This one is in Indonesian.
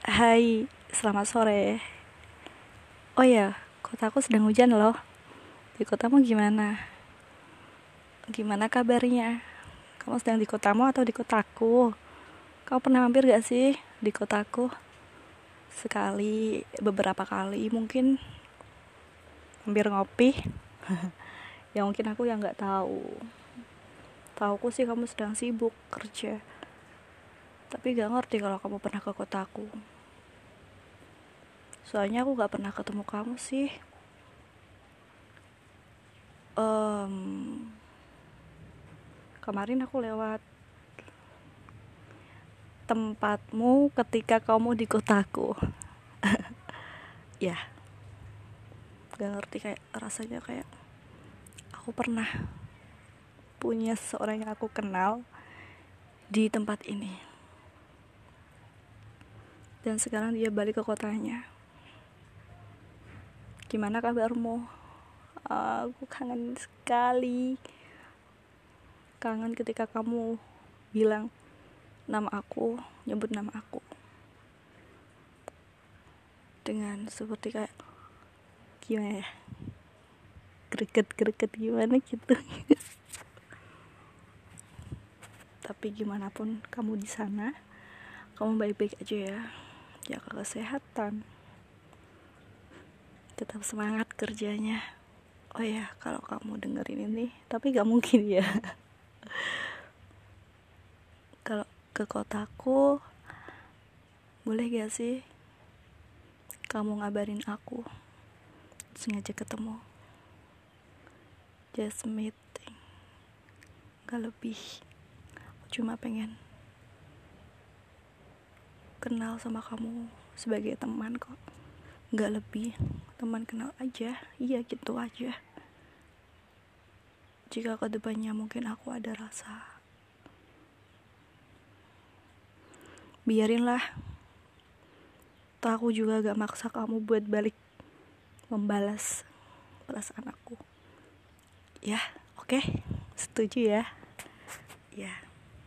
Hai, selamat sore. Oh ya, kotaku sedang hujan loh. Di kotamu gimana? Gimana kabarnya? Kamu sedang di kotamu atau di kotaku? Kamu pernah mampir gak sih di kotaku? Sekali, beberapa kali mungkin hampir ngopi. Ya mungkin aku yang gak tahu. Tauku sih kamu sedang sibuk kerja. Tapi gak ngerti kalau kamu pernah ke kotaku. Soalnya aku gak pernah ketemu kamu sih. Kemarin aku lewat tempatmu ketika kamu di kotaku. Ya, gak ngerti, kayak rasanya kayak aku pernah punya seseorang yang aku kenal di tempat ini, dan sekarang dia balik ke kotanya. Gimana kabarmu? Aku kangen sekali. Kangen ketika kamu bilang nama aku, nyebut nama aku dengan seperti kayak gimana ya, greget gimana gitu. Tapi gimana pun kamu di sana, kamu baik-baik aja ya. Jaga kesehatan, tetap semangat kerjanya. Oh ya, kalau kamu dengerin ini, tapi gak mungkin ya. Kalau ke kotaku, boleh gak sih kamu ngabarin aku, sengaja ketemu, just meeting, gak lebih. Cuma pengen kenal sama kamu sebagai teman kok, gak lebih. Teman kenal aja, iya gitu aja. Jika kedepannya mungkin aku ada rasa, biarinlah. Toh aku juga gak maksa kamu buat balik membalas perasaan aku. Ya, oke, setuju ya. Ya.